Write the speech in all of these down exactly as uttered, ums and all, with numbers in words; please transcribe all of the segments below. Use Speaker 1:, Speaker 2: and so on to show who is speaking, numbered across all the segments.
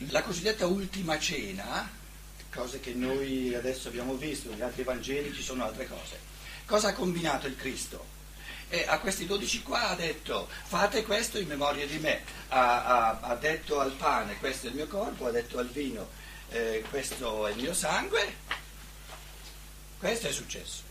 Speaker 1: La cosiddetta ultima cena, cose che noi adesso abbiamo visto, negli altri Vangeli ci sono altre cose. Cosa ha combinato il Cristo? E a questi dodici qua ha detto fate questo in memoria di me, ha, ha, ha detto al pane questo è il mio corpo, ha detto al vino eh, questo è il mio sangue, questo è successo.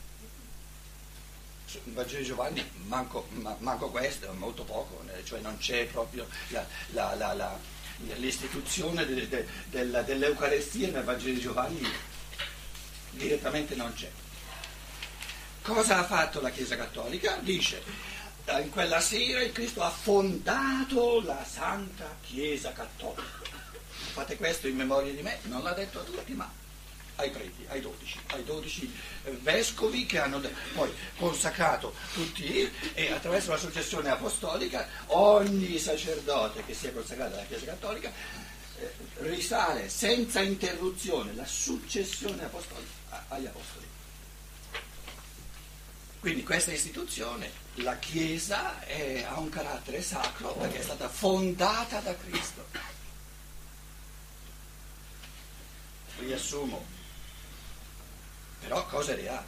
Speaker 1: Il Vangelo di Giovanni manco, manco questo, molto poco, cioè non c'è proprio la, la, la, la, l'istituzione de, de, de, dell'Eucarestia nel Vangelo di Giovanni direttamente non c'è. Cosa ha fatto la Chiesa Cattolica? Dice, in quella sera il Cristo ha fondato la Santa Chiesa Cattolica. Fate questo in memoria di me, non l'ha detto a tutti, ma ai preti, ai dodici, ai dodici vescovi che hanno poi consacrato tutti e attraverso la successione apostolica ogni sacerdote che sia consacrato alla Chiesa Cattolica eh, risale senza interruzione la successione apostolica agli apostoli. Quindi questa istituzione, la Chiesa, è, ha un carattere sacro perché è stata fondata da Cristo. Riassumo, però cose reali,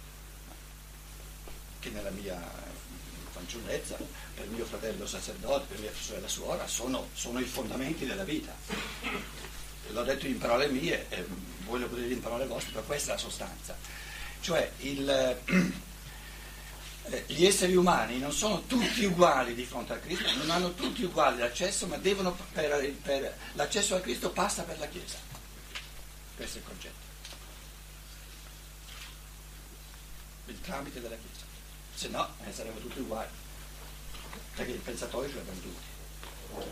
Speaker 1: che nella mia fanciullezza, per mio fratello sacerdote, per mia sorella suora, sono, sono i fondamenti della vita. L'ho detto in parole mie, e voi lo potete dire in parole vostre, però questa è la sostanza. Cioè il... gli esseri umani non sono tutti uguali di fronte a Cristo, non hanno tutti uguali l'accesso, ma devono per, per, l'accesso a Cristo passa per la Chiesa. Questo è il concetto. Il tramite della Chiesa. Se no eh, saremmo tutti uguali, perché il pensatore ce l'abbiamo tutti.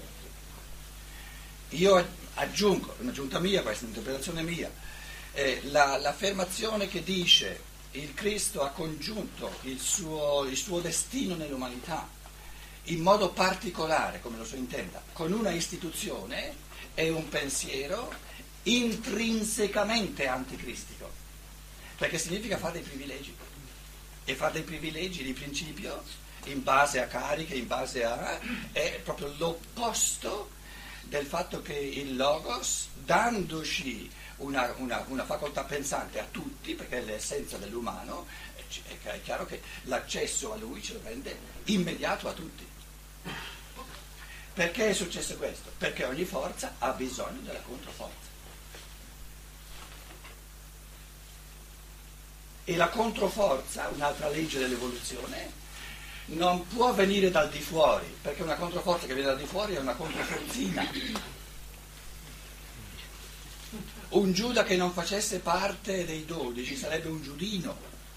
Speaker 1: Io aggiungo, è un'aggiunta mia, questa è un'interpretazione mia, eh, la, l'affermazione che dice il Cristo ha congiunto il suo, il suo destino nell'umanità in modo particolare, come lo so intenda, con una istituzione, è un pensiero intrinsecamente anticristico, perché significa fare dei privilegi, e fare dei privilegi di principio in base a cariche, in base a... è proprio l'opposto del fatto che il Logos, dandoci Una, una, una facoltà pensante a tutti, perché è l'essenza dell'umano, è, è chiaro che l'accesso a lui ce lo rende immediato a tutti. Perché è successo questo? Perché ogni forza ha bisogno della controforza. E la controforza, un'altra legge dell'evoluzione, non può venire dal di fuori, perché una controforza che viene dal di fuori è una controforzina. Un Giuda che non facesse parte dei dodici sarebbe un giudino.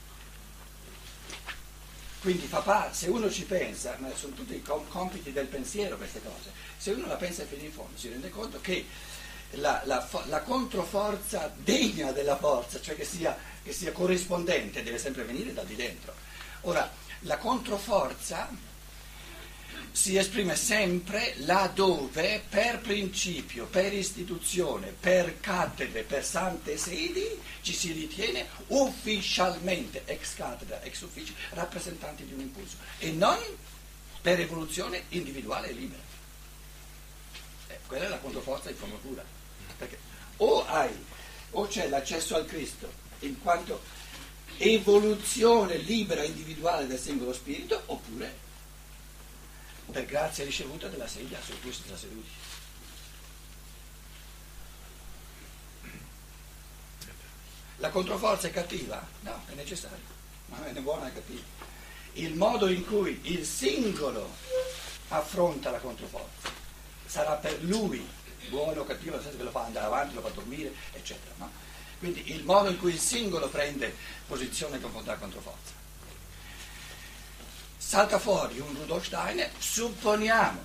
Speaker 1: Quindi fa parte, se uno ci pensa, ma sono tutti i compiti del pensiero queste cose, se uno la pensa fino in fondo si rende conto che la, la, la controforza degna della forza, cioè che sia, che sia corrispondente, deve sempre venire da di dentro. Ora, la controforza si esprime sempre laddove per principio, per istituzione, per cattedre, per sante sedi ci si ritiene ufficialmente ex cattedra, ex officio, rappresentanti di un impulso e non per evoluzione individuale e libera. Eh, quella è la controforza in forma pura, perché o hai, o c'è l'accesso al Cristo in quanto evoluzione libera individuale del singolo spirito, oppure per grazia ricevuta della sedia su cui si sta seduti. La controforza è cattiva? No, è necessaria, ma è buona e cattiva. Il modo in cui il singolo affronta la controforza sarà per lui buono o cattivo, nel senso che lo fa andare avanti, lo fa dormire, eccetera. No? Quindi il modo in cui il singolo prende posizione contro la controforza. Salta fuori un Rudolf Steiner, supponiamo,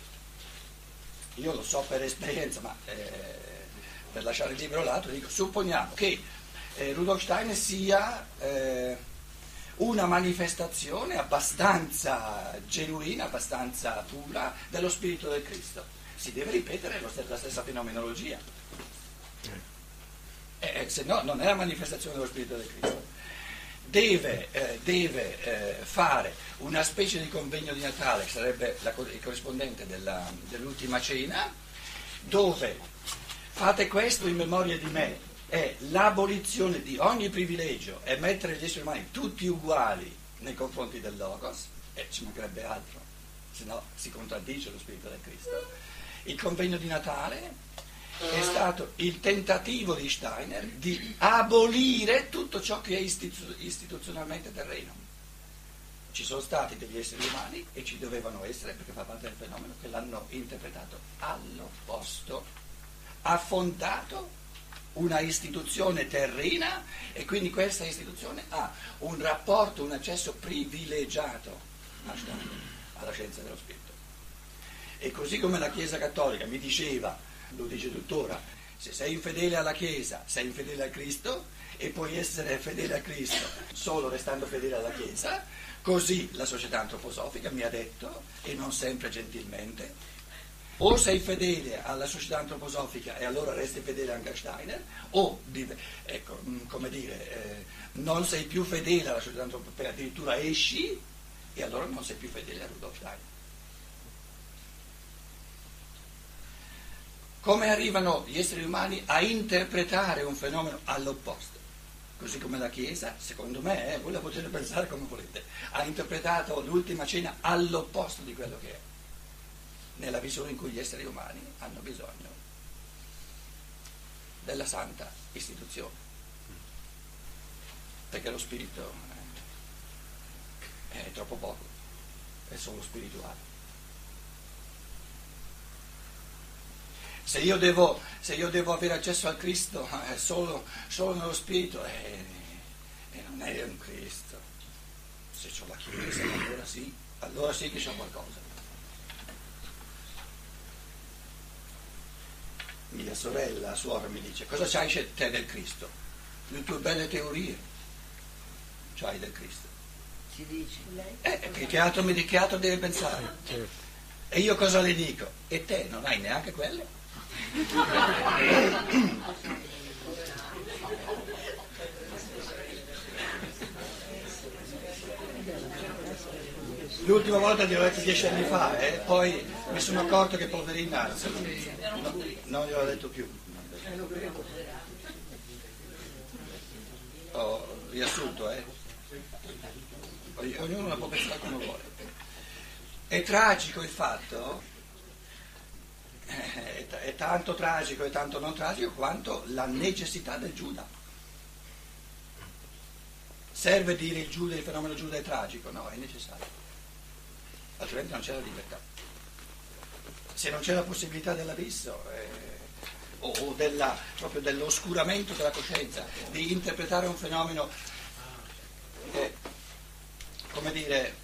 Speaker 1: io lo so per esperienza, ma eh, per lasciare il libro l'altro, dico, supponiamo che eh, Rudolf Steiner sia eh, una manifestazione abbastanza genuina, abbastanza pura dello spirito del Cristo. Si deve ripetere lo st- la stessa fenomenologia, eh, se no non è la manifestazione dello spirito del Cristo. Deve, eh, deve eh, fare una specie di convegno di Natale, che sarebbe la, il corrispondente della, dell'ultima cena, dove fate questo in memoria di me, è l'abolizione di ogni privilegio e mettere gli esseri umani tutti uguali nei confronti del Logos, e ci mancherebbe altro, se no si contraddice lo Spirito del Cristo. Il convegno di Natale è stato il tentativo di Steiner di abolire tutto ciò che è istitu- istituzionalmente terreno. Ci sono stati degli esseri umani, e ci dovevano essere, perché fa parte del fenomeno, che l'hanno interpretato all'opposto, ha fondato una istituzione terrena, e quindi questa istituzione ha un rapporto, un accesso privilegiato a Steiner, alla scienza dello spirito. E così come la Chiesa Cattolica mi diceva, lo dice tuttora, se sei infedele alla Chiesa, sei infedele a Cristo, e puoi essere fedele a Cristo solo restando fedele alla Chiesa, così la società antroposofica mi ha detto, e non sempre gentilmente, o sei fedele alla società antroposofica e allora resti fedele anche a Steiner, o, ecco, come dire, eh, non sei più fedele alla società antroposofica, addirittura esci, e allora non sei più fedele a Rudolf Steiner. Come arrivano gli esseri umani a interpretare un fenomeno all'opposto? Così come la Chiesa, secondo me, eh, voi la potete pensare come volete, ha interpretato l'ultima cena all'opposto di quello che è, nella visione in cui gli esseri umani hanno bisogno della santa istituzione, perché lo spirito è troppo poco, è solo spirituale. Se io devo, se io devo avere accesso al Cristo eh, solo, solo nello spirito, eh, eh, non è un Cristo. Se c'ho la Chiesa, allora sì, allora sì che c'ho qualcosa. Mia sorella, suora, mi dice: cosa c'hai te del Cristo? Le tue belle teorie c'hai del Cristo.
Speaker 2: Ci dice lei?
Speaker 1: Eh, che, che, altro, che altro deve pensare? E io cosa le dico? E te non hai neanche quelle? L'ultima volta gliel'ho detto dieci anni fa, eh? Poi mi sono accorto che poverina no, non gliel'ho detto più. Ho riassunto, eh? Ognuno la può pensare come vuole. È tragico il fatto, è, è tanto tragico e tanto non tragico quanto la necessità del Giuda. Serve dire il Giuda, il fenomeno Giuda è tragico? No, è necessario, altrimenti non c'è la libertà. Se non c'è la possibilità dell'abisso eh, o, o della, proprio dell'oscuramento della coscienza, di interpretare un fenomeno, eh, come dire,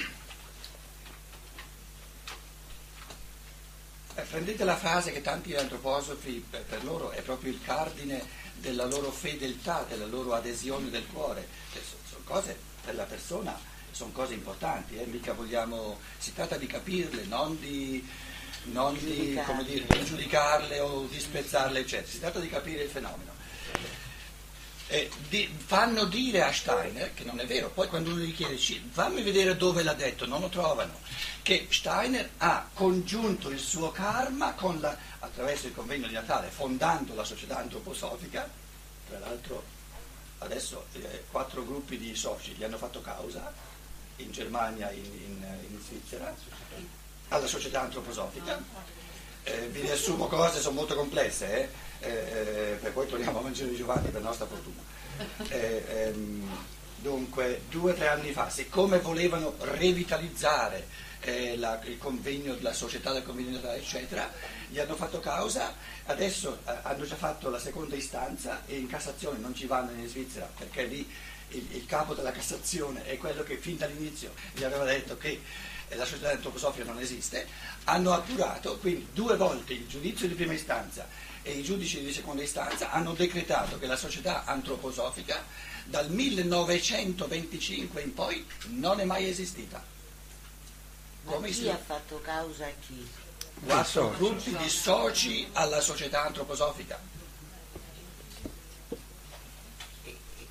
Speaker 1: eh, prendete la frase che tanti antroposofi, per, per loro è proprio il cardine della loro fedeltà, della loro adesione del cuore. Cioè, sono, sono cose per la persona, sono cose importanti, eh? Mica vogliamo, si tratta di capirle, non di, non di, come dire, di giudicarle o disprezzarle, eccetera. Si tratta di capire il fenomeno. Eh, di, fanno dire a Steiner, che non è vero, poi quando uno gli chiede fammi vedere dove l'ha detto, non lo trovano, che Steiner ha congiunto il suo karma con la, attraverso il convegno di Natale, fondando la società antroposofica. Tra l'altro adesso eh, quattro gruppi di soci gli hanno fatto causa in Germania e in, in, in Svizzera alla società antroposofica. Eh, vi riassumo cose, sono molto complesse, eh? Eh, per poi torniamo al Vangelo di Giovanni, per nostra fortuna. Eh, ehm, dunque, due o tre anni fa, siccome volevano revitalizzare eh, la, il convegno, la società del convegno natale, eccetera, gli hanno fatto causa. Adesso eh, hanno già fatto la seconda istanza e in Cassazione non ci vanno in Svizzera, perché lì il, il capo della Cassazione è quello che fin dall'inizio gli aveva detto che la società antroposofica non esiste. Hanno appurato, quindi due volte il giudizio di prima istanza e i giudici di seconda istanza hanno decretato che la società antroposofica dal millenovecentoventicinque in poi non è mai esistita.
Speaker 2: Ma
Speaker 1: Come
Speaker 2: chi
Speaker 1: si...
Speaker 2: ha fatto causa a chi?
Speaker 1: Quattro gruppi di soci alla società antroposofica.
Speaker 2: E, e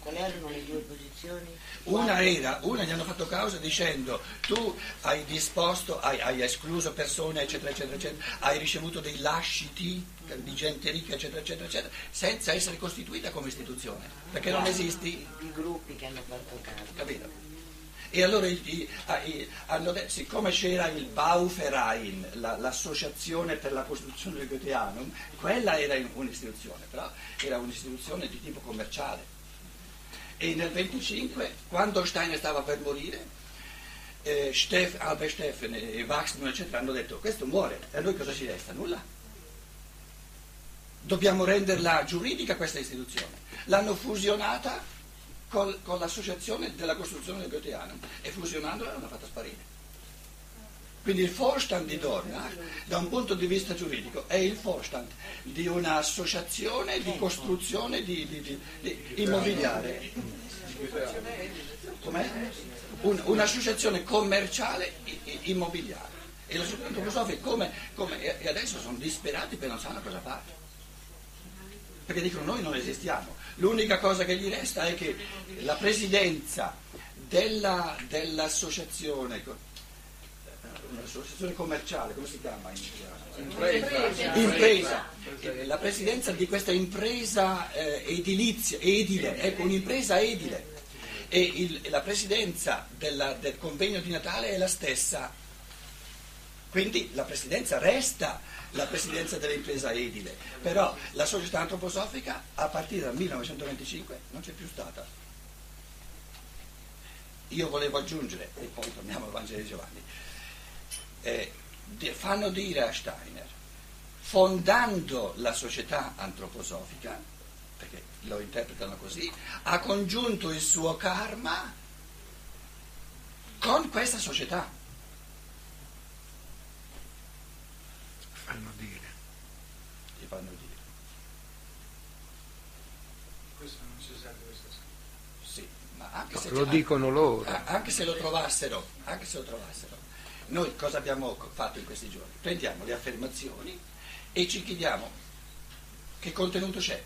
Speaker 2: Quali erano le due posizioni?
Speaker 1: Una era, una gli hanno fatto causa dicendo tu hai disposto, hai, hai escluso persone eccetera eccetera eccetera, hai ricevuto dei lasciti di gente ricca eccetera eccetera eccetera, senza essere costituita come istituzione, perché non esisti.
Speaker 2: I gruppi che hanno fatto caso.
Speaker 1: Capito? E allora i, i, i, hanno detto, siccome c'era il Bauverein, la, l'associazione per la costruzione del Goetheanum, quella era un'istituzione, però era un'istituzione di tipo commerciale. E nel venticinque, quando Steiner stava per morire, eh, Steff, Albert Steffen e Waxman eccetera hanno detto questo muore, e a noi cosa ci resta? Nulla. Dobbiamo renderla giuridica questa istituzione. L'hanno fusionata col, con l'associazione della costruzione del Goetheanum e fusionandola l'hanno fatta sparire. Quindi il Vorstand di Dornach, da un punto di vista giuridico, è il Vorstand di un'associazione di costruzione di, di, di, di immobiliare. Com'è? Un, un'associazione commerciale immobiliare. E la società antroposofica come, come, e adesso sono disperati perché non sanno cosa fare. Perché dicono noi non esistiamo. L'unica cosa che gli resta è che la presidenza della, dell'associazione, un'associazione commerciale, come si chiama? Impresa. Impresa. La presidenza di questa impresa eh, edilizia, edile, ecco, un'impresa edile. E il, la presidenza della, del convegno di Natale è la stessa. Quindi la presidenza resta la presidenza dell'impresa edile, però la società antroposofica a partire dal millenovecentoventicinque non c'è più stata. Io volevo aggiungere, e poi torniamo al Vangelo di Giovanni, eh, fanno dire a Steiner, fondando la società antroposofica, perché lo interpretano così, ha congiunto il suo karma con questa società.
Speaker 3: Fanno dire.
Speaker 1: Gli fanno dire.
Speaker 4: Questo non si sa dove sta scritto.
Speaker 1: Sì, ma anche
Speaker 3: No,
Speaker 1: se
Speaker 3: lo dicono loro.
Speaker 1: Anche se lo trovassero, anche se lo trovassero, noi cosa abbiamo fatto in questi giorni? Prendiamo le affermazioni e ci chiediamo che contenuto c'è.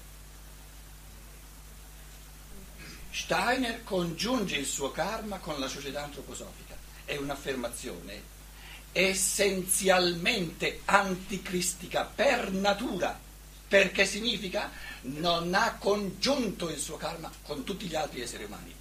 Speaker 1: Steiner congiunge il suo karma con la società antroposofica. È un'affermazione essenzialmente anticristica per natura, perché significa non ha congiunto il suo karma con tutti gli altri esseri umani.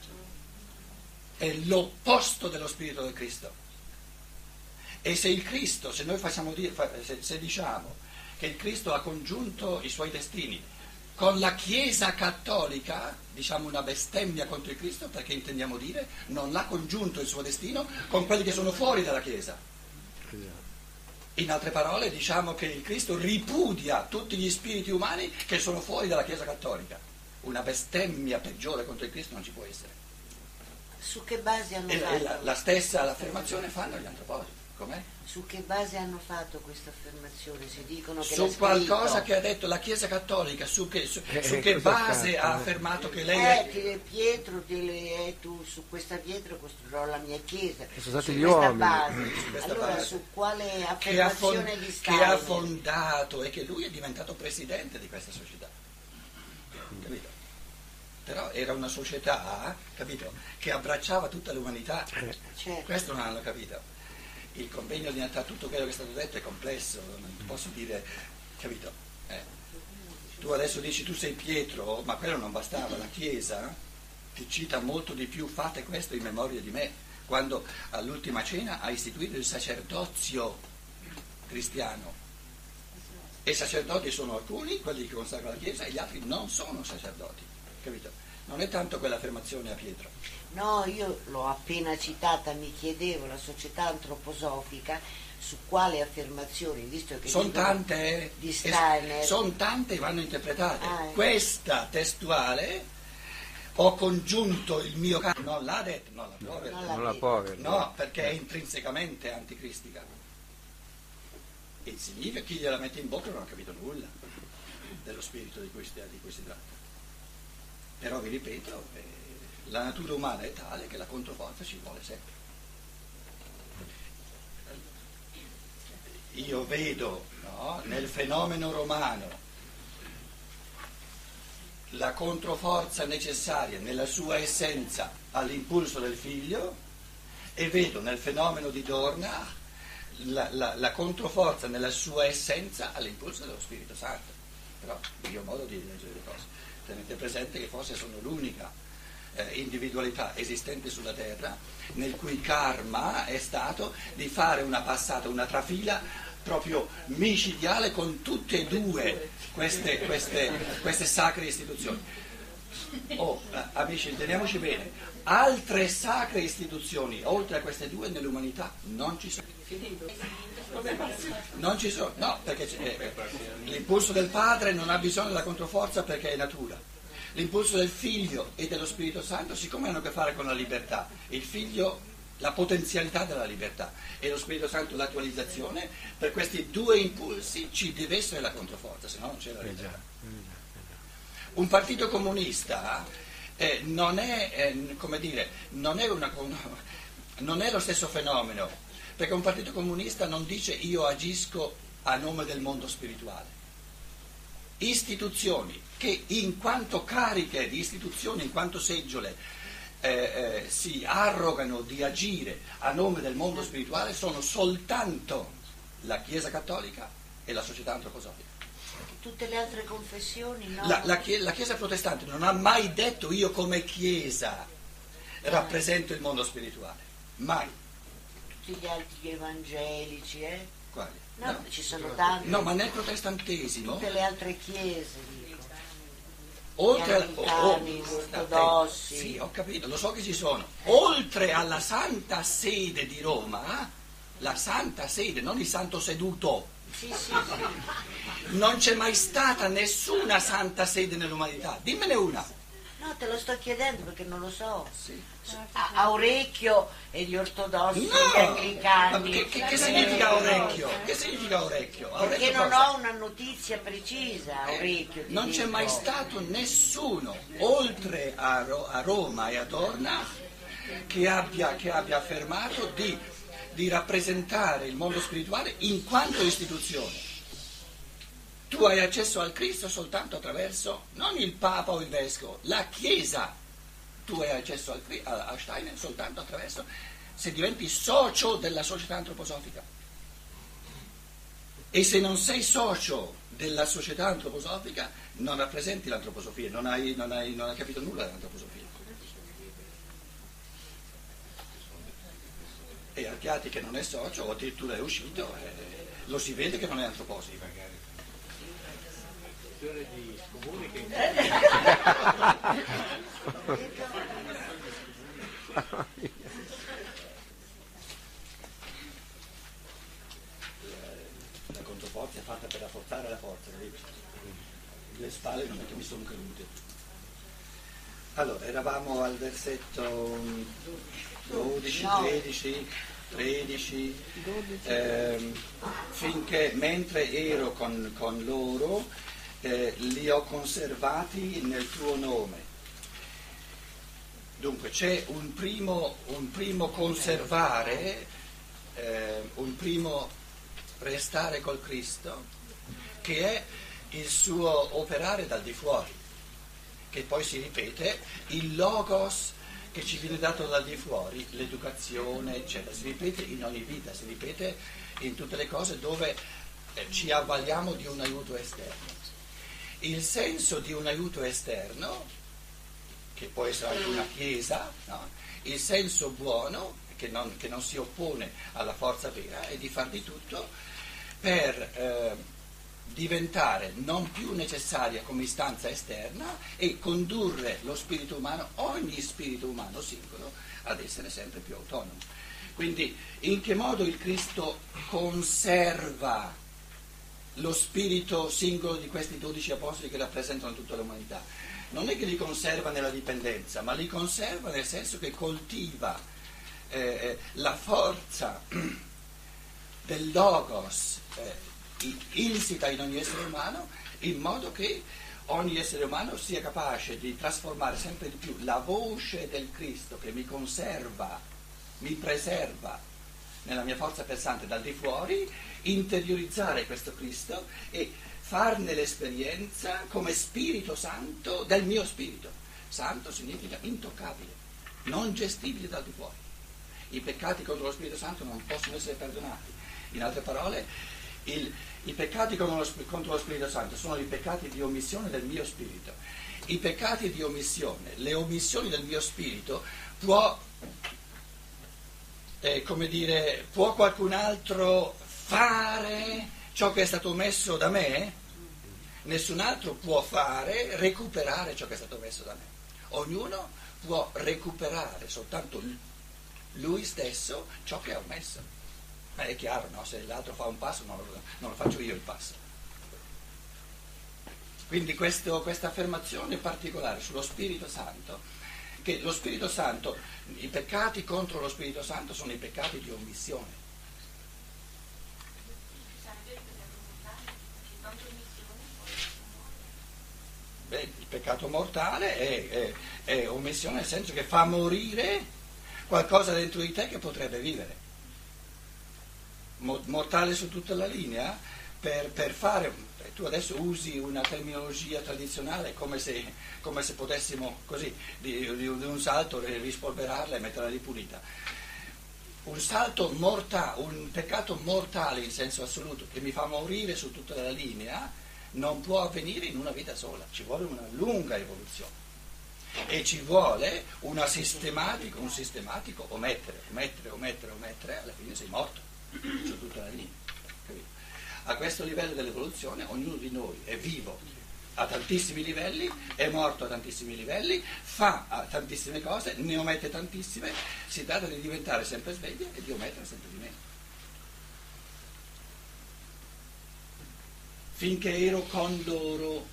Speaker 1: È l'opposto dello spirito del Cristo. E se il Cristo, se noi facciamo dire, se, se diciamo che il Cristo ha congiunto i suoi destini con la Chiesa cattolica, diciamo una bestemmia contro il Cristo, perché intendiamo dire non ha congiunto il suo destino con quelli che sono fuori dalla Chiesa. In altre parole diciamo che il Cristo ripudia tutti gli spiriti umani che sono fuori dalla Chiesa cattolica. Una bestemmia peggiore contro il Cristo non ci può essere.
Speaker 2: Su che base hanno
Speaker 1: E
Speaker 2: fatto?
Speaker 1: la, la stessa l'affermazione fanno gli antroposi. Com'è?
Speaker 2: Su che base hanno fatto questa affermazione? Si dicono che
Speaker 1: Su
Speaker 2: l'ha
Speaker 1: qualcosa
Speaker 2: scritto.
Speaker 1: che ha detto la Chiesa cattolica, su che, su,
Speaker 3: Eh,
Speaker 1: su che
Speaker 3: cosa
Speaker 1: base
Speaker 3: fatto?
Speaker 1: ha affermato che lei
Speaker 2: Eh,
Speaker 1: è...
Speaker 2: che Pietro, te le- eh, tu su questa pietra costruirò la mia chiesa.
Speaker 3: Sono stati
Speaker 2: su
Speaker 3: gli
Speaker 2: questa
Speaker 3: uomini.
Speaker 2: base.
Speaker 1: Su questa
Speaker 2: allora
Speaker 1: base.
Speaker 2: su quale
Speaker 1: che ha,
Speaker 2: affermazione
Speaker 1: fon-
Speaker 2: di
Speaker 1: che
Speaker 2: Steiner?
Speaker 1: ha fondato e che lui è diventato presidente di questa società. Capito? Però era una società, capito, che abbracciava tutta l'umanità.
Speaker 2: Certo.
Speaker 1: Questo non hanno capito. Il convegno di Natale, tutto quello che è stato detto è complesso, non posso dire, capito? Eh. Tu adesso dici tu sei Pietro, ma quello non bastava, la Chiesa ti cita molto di più, fate questo in memoria di me, quando all'ultima cena ha istituito il sacerdozio cristiano. E i sacerdoti sono alcuni, quelli che consacrano la Chiesa, e gli altri non sono sacerdoti, capito? Non è tanto quell'affermazione a Pietro.
Speaker 2: No, io l'ho appena citata, mi chiedevo la società antroposofica su quale affermazione, visto che
Speaker 1: Sono
Speaker 2: dicono
Speaker 1: tante, eh,
Speaker 2: di Steiner.
Speaker 1: sono tante e vanno interpretate.
Speaker 2: Ah, eh.
Speaker 1: Questa testuale, ho congiunto il mio caso, non l'ha detto, non la può aver
Speaker 2: Non
Speaker 1: detto.
Speaker 2: l'ha
Speaker 3: Non la
Speaker 2: detto.
Speaker 3: può aver
Speaker 1: No, perché è intrinsecamente anticristica. E significa chi gliela mette in bocca non ha capito nulla dello spirito di cui si, di cui si tratta. Però vi ripeto, eh, la natura umana è tale che la controforza ci vuole sempre. Io vedo, no, nel fenomeno romano la controforza necessaria nella sua essenza all'impulso del figlio, e vedo nel fenomeno di Dorna la, la, la controforza nella sua essenza all'impulso dello Spirito Santo. Però il mio modo di leggere le cose, tenete presente che forse sono l'unica eh, individualità esistente sulla terra nel cui karma è stato di fare una passata, una trafila proprio micidiale con tutte e due queste, queste, queste sacre istituzioni. Oh, eh, amici, teniamoci bene, altre sacre istituzioni oltre a queste due nell'umanità non ci sono. Non ci sono, no, perché eh, l'impulso del padre non ha bisogno della controforza perché è natura. L'impulso del figlio e dello Spirito Santo, siccome hanno a che fare con la libertà, il figlio la potenzialità della libertà e lo Spirito Santo l'attualizzazione, per questi due impulsi ci deve essere la controforza, se no non c'è la libertà. Un partito comunista eh, non è, eh, come dire, non è, una, non è lo stesso fenomeno, perché un partito comunista non dice io agisco a nome del mondo spirituale. Istituzioni che in quanto cariche di istituzioni, in quanto seggiole, eh, eh, si arrogano di agire a nome del mondo spirituale sono soltanto la Chiesa Cattolica e la società antroposofica.
Speaker 2: Tutte le altre confessioni no?
Speaker 1: La, la, la Chiesa protestante non ha mai detto io come Chiesa rappresento il mondo spirituale, mai.
Speaker 2: Tutti gli altri evangelici, eh?
Speaker 1: Quali?
Speaker 2: No,
Speaker 1: No.
Speaker 2: ci sono tanti.
Speaker 1: No, ma nel protestantesimo,
Speaker 2: Tutte le altre chiese, dico.
Speaker 1: oltre al,
Speaker 2: anglicani, gli ortodossi.
Speaker 1: Sì, ho capito, lo so che ci sono. Oltre alla Santa Sede di Roma, la Santa Sede, non il Santo Seduto,
Speaker 2: Sì, sì, sì.
Speaker 1: non c'è mai stata nessuna Santa Sede nell'umanità. Dimmene una.
Speaker 2: No, te lo sto chiedendo perché non lo so.
Speaker 1: Sì.
Speaker 2: A, a Orecchio e gli ortodossi,
Speaker 1: No!
Speaker 2: gli anglicani.
Speaker 1: Ma che, che, che significa orecchio? Che significa orecchio?
Speaker 2: Perché
Speaker 1: Orecchio
Speaker 2: non
Speaker 1: cosa?
Speaker 2: ho una notizia precisa a Orecchio. ti
Speaker 1: Non c'è
Speaker 2: dico.
Speaker 1: mai stato nessuno, oltre a, Ro- a Roma e a Dorna, che abbia, che abbia affermato di, di rappresentare il mondo spirituale in quanto istituzione. Tu hai accesso al Cristo soltanto attraverso, non il Papa o il Vescovo, la Chiesa. Tu hai accesso al, a, a Steiner soltanto attraverso se diventi socio della società antroposofica. E se non sei socio della società antroposofica non rappresenti l'antroposofia, non hai, non hai, non hai capito nulla dell'antroposofia. E Archiati che non è socio o addirittura è uscito, eh, lo si vede che non è antroposofo.
Speaker 4: Di comuni che
Speaker 1: La controforza è fatta per rafforzare la forza, capito? Le spalle non è che mi sono cadute. Allora, eravamo al versetto dodici, tredici, tredici, ehm, finché mentre ero con, con loro Eh, li ho conservati nel tuo nome. Dunque c'è un primo, un primo conservare, eh, un primo restare col Cristo, che è il suo operare dal di fuori, che poi si ripete, il logos che ci viene dato dal di fuori, l'educazione, eccetera, si ripete in ogni vita, si ripete in tutte le cose dove eh, ci avvaliamo di un aiuto esterno. Il senso di un aiuto esterno, che può essere anche una chiesa, no? Il senso buono, che non, che non si oppone alla forza vera, è di far di tutto per eh, diventare non più necessaria come istanza esterna e condurre lo spirito umano, ogni spirito umano singolo, ad essere sempre più autonomo. Quindi in che modo il Cristo conserva lo spirito singolo di questi dodici apostoli che rappresentano tutta l'umanità? Non è che li conserva nella dipendenza, ma li conserva nel senso che coltiva eh, la forza del logos eh, insita in ogni essere umano, in modo che ogni essere umano sia capace di trasformare sempre di più la voce del Cristo che mi conserva, mi preserva nella mia forza pensante dal di fuori, interiorizzare questo Cristo e farne l'esperienza come Spirito Santo del mio spirito. Santo significa intoccabile, non gestibile dal di fuori. I peccati contro lo Spirito Santo non possono essere perdonati. In altre parole, il, i peccati contro lo, contro lo Spirito Santo sono i peccati di omissione del mio spirito. I peccati di omissione, le omissioni del mio spirito, può, eh, come dire, può qualcun altro fare ciò che è stato omesso da me? Nessun altro può fare, recuperare ciò che è stato omesso da me. Ognuno può recuperare soltanto lui stesso ciò che ha omesso. Ma è chiaro, no? Se l'altro fa un passo non lo, non lo faccio io il passo. Quindi questo, questa affermazione particolare sullo Spirito Santo, che lo Spirito Santo, i peccati contro lo Spirito Santo sono i peccati di omissione. Beh, il peccato mortale è, è, è omissione nel senso che fa morire qualcosa dentro di te che potrebbe vivere. Mortale su tutta la linea, per, per fare, tu adesso usi una terminologia tradizionale come se, come se potessimo così, di, di, di un salto rispolverarla e metterla ripulita. Un salto mortale, un peccato mortale in senso assoluto che mi fa morire su tutta la linea non può avvenire in una vita sola, ci vuole una lunga evoluzione e ci vuole una sistematico, un sistematico omettere, omettere, omettere, omettere, alla fine sei morto su tutta la linea. Capito? A questo livello dell'evoluzione ognuno di noi è vivo a tantissimi livelli, è morto a tantissimi livelli, fa tantissime cose, ne omette tantissime, si tratta di diventare sempre svegli e di omettere sempre di meno. Finché ero con loro,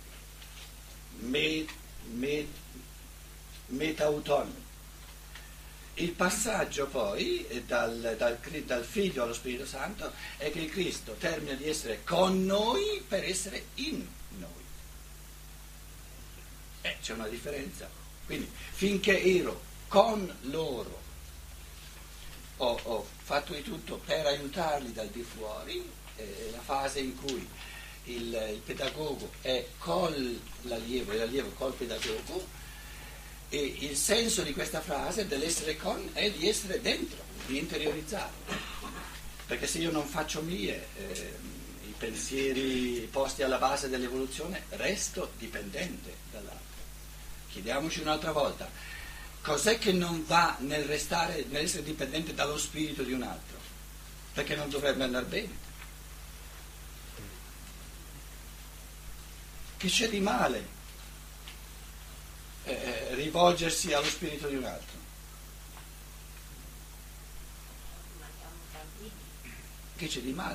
Speaker 1: me, me, metauton. Il passaggio poi dal, dal, dal Figlio allo Spirito Santo è che il Cristo termina di essere con noi per essere in noi. Eh, c'è una differenza. Quindi finché ero con loro, ho, ho fatto di tutto per aiutarli dal di fuori, eh, la fase in cui Il, il pedagogo è col l'allievo e l'allievo col pedagogo, e il senso di questa frase dell'essere con è di essere dentro, di interiorizzare, perché se io non faccio mie eh, i pensieri posti alla base dell'evoluzione resto dipendente dall'altro. Chiediamoci un'altra volta, cos'è che non va nel restare, nell'essere dipendente dallo spirito di un altro? Perché non dovrebbe andare bene. Che c'è di male eh, rivolgersi allo spirito di un altro? Che c'è di male?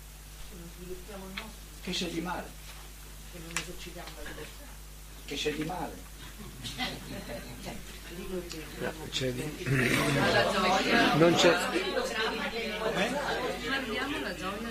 Speaker 1: Che c'è di male?
Speaker 2: Che non esercitiamo la libertà.
Speaker 1: Che c'è di male?
Speaker 3: C'è di... non c'è...
Speaker 5: Guardiamo la zona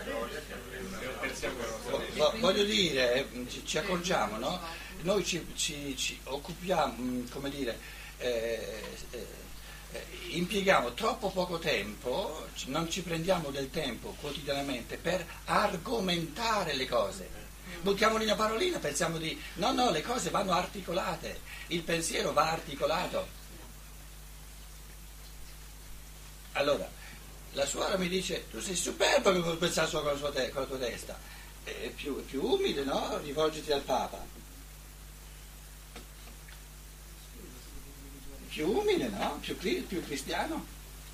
Speaker 1: Voglio dire, ci, ci accorgiamo, no? Noi ci, ci, ci occupiamo, come dire, eh, eh, impieghiamo troppo poco tempo, non ci prendiamo del tempo quotidianamente per argomentare le cose. Buttiamo lì una parolina, pensiamo di... No, no, le cose vanno articolate, il pensiero va articolato. Allora, la suora mi dice, tu sei superbo che puoi pensare solo con la, sua te- con la tua testa. È più, è più umile, no? Rivolgiti al Papa. Più umile, no? Più, più cristiano.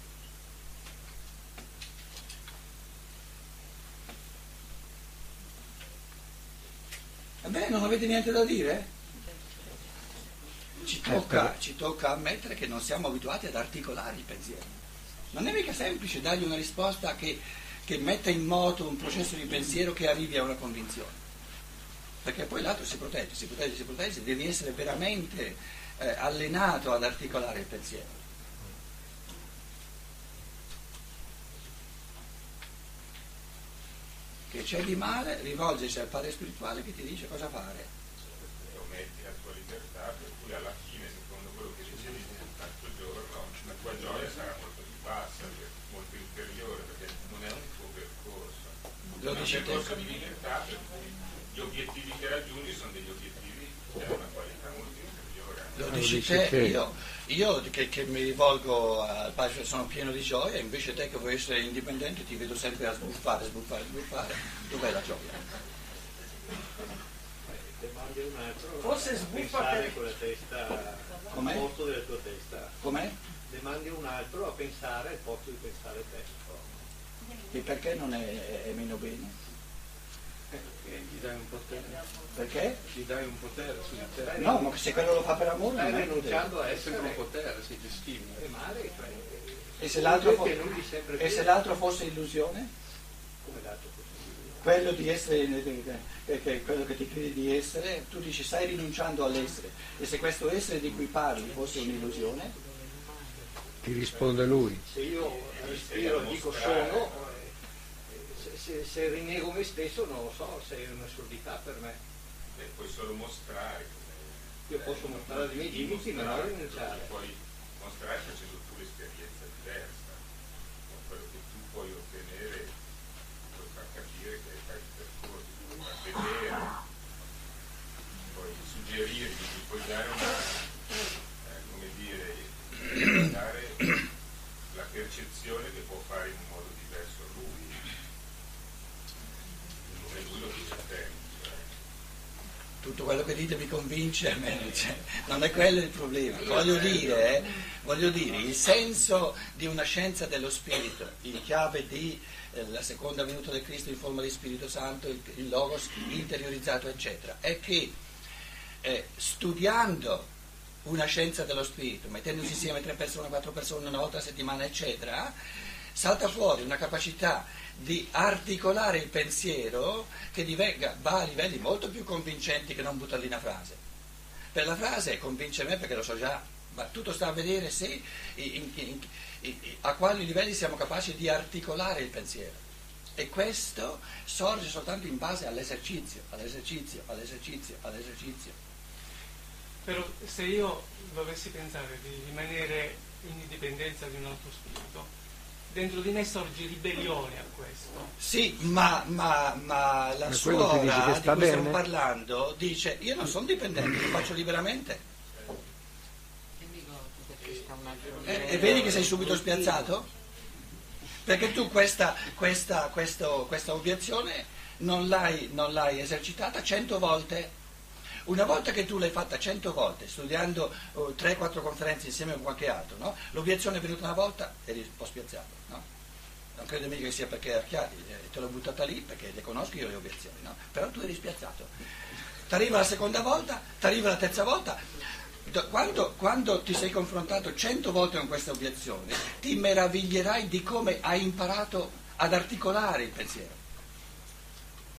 Speaker 1: Ebbene, non avete niente da dire? Ci tocca, ci tocca ammettere che non siamo abituati ad articolare il pensiero. Non è mica semplice dargli una risposta che, che metta in moto un processo di pensiero che arrivi a una convinzione. Perché poi l'altro si protegge, si protegge, si protegge, devi essere veramente eh, allenato ad articolare il pensiero. Che c'è di male, rivolgersi al padre spirituale che ti dice cosa fare.
Speaker 6: E ometti la tua libertà, per cui alla fine, secondo quello che dicevi tanto giorno, la tua gioia sarà molto più bassa, molto più
Speaker 1: Lo
Speaker 6: è un
Speaker 1: dici te.
Speaker 6: percorso di libertà, per cui gli obiettivi che raggiungi sono degli obiettivi che hanno una qualità molto inferiore.
Speaker 1: Lo
Speaker 3: Lo
Speaker 1: dici
Speaker 3: dici
Speaker 1: te,
Speaker 3: te.
Speaker 1: io, io che, che mi rivolgo al padre sono pieno di gioia, invece te che vuoi essere indipendente ti vedo sempre a sbuffare, sbuffare, sbuffare. Dov'è la gioia?
Speaker 5: Demandi un altro
Speaker 7: Forse
Speaker 5: a
Speaker 7: sbuffa
Speaker 5: pensare
Speaker 7: per-
Speaker 5: con la testa
Speaker 1: Com'è?
Speaker 5: al posto della tua testa.
Speaker 1: Com'è?
Speaker 5: Demandi un altro a pensare al posto di pensare te.
Speaker 1: E perché non è, è meno bene?
Speaker 4: Perché gli dai un potere,
Speaker 1: Perché?
Speaker 4: gli dai un potere su di te.
Speaker 1: No, ma se quello lo fa per amore
Speaker 5: Stai
Speaker 1: non è potere.
Speaker 5: rinunciando a
Speaker 4: È sempre un
Speaker 5: essere
Speaker 4: potere, si gestisce.
Speaker 5: è male, cioè,
Speaker 1: E se l'altro, fo-
Speaker 5: tenuti sempre
Speaker 1: e se
Speaker 5: più.
Speaker 1: l'altro fosse illusione?
Speaker 5: Come dato così.
Speaker 1: Quello di essere, che- che- quello che ti credi di essere, tu dici stai rinunciando all'essere. E se questo essere di cui parli fosse un'illusione?
Speaker 3: Ti risponde lui.
Speaker 5: Se io respiro e dico sono, eh, se, se, se rinnego me stesso non lo so, se è un'assurdità per me.
Speaker 6: E puoi solo mostrare.
Speaker 5: Io posso mostrare i miei limiti, ma non rinunciare.
Speaker 6: Puoi mostrare facendo tu l'esperienza diversa, con quello che tu puoi ottenere, puoi far capire che fai il percorso, puoi far vedere, puoi suggerirgli, gli puoi dare una, eh, come dire, puoi dare la percezione che può fare in un modo diverso lui, come lui lo dice a te. Cioè.
Speaker 1: Tutto quello che dite mi convince, a me non, c'è. Non è quello il problema. Voglio dire, eh, voglio dire, il senso di una scienza dello spirito, in chiave di eh, la seconda venuta del Cristo in forma di Spirito Santo, il, il Logos interiorizzato, eccetera, è che eh, studiando una scienza dello spirito, mettendosi insieme tre persone, quattro persone una volta a settimana, eccetera, salta fuori una capacità di articolare il pensiero che divenga, va a livelli molto più convincenti che non buttarli in una frase. Per la frase convince me perché lo so già, ma tutto sta a vedere se in, in, in, a quali livelli siamo capaci di articolare il pensiero. E questo sorge soltanto in base all'esercizio, all'esercizio, all'esercizio, all'esercizio.
Speaker 7: Però se io dovessi pensare di rimanere in indipendenza di un altro spirito, dentro di me sorge ribellione a questo.
Speaker 1: Sì, ma, ma, ma la
Speaker 3: Ma quello che dici
Speaker 1: suora
Speaker 3: che
Speaker 1: di
Speaker 3: sta
Speaker 1: cui stiamo
Speaker 3: bene?
Speaker 1: parlando dice io non sono dipendente, lo faccio liberamente.
Speaker 2: Perché sta un altro
Speaker 1: Eh,
Speaker 2: livello
Speaker 1: e vedi che sei subito
Speaker 2: evolutivo.
Speaker 1: spiazzato? Perché tu questa, questa, questo, questa obiezione non l'hai, non l'hai esercitata cento volte. Una volta che tu l'hai fatta cento volte, studiando oh, tre quattro conferenze insieme con qualche altro, no? L'obiezione è venuta una volta, eri un po' spiazzato, no? Non credo mica che sia perché Archiadi, eh, te l'ho buttata lì perché le conosco io le obiezioni, no? Però tu eri spiazzato. T'arriva la seconda volta, t'arriva la terza volta. Quando, quando ti sei confrontato cento volte con questa obiezione, ti meraviglierai di come hai imparato ad articolare il pensiero.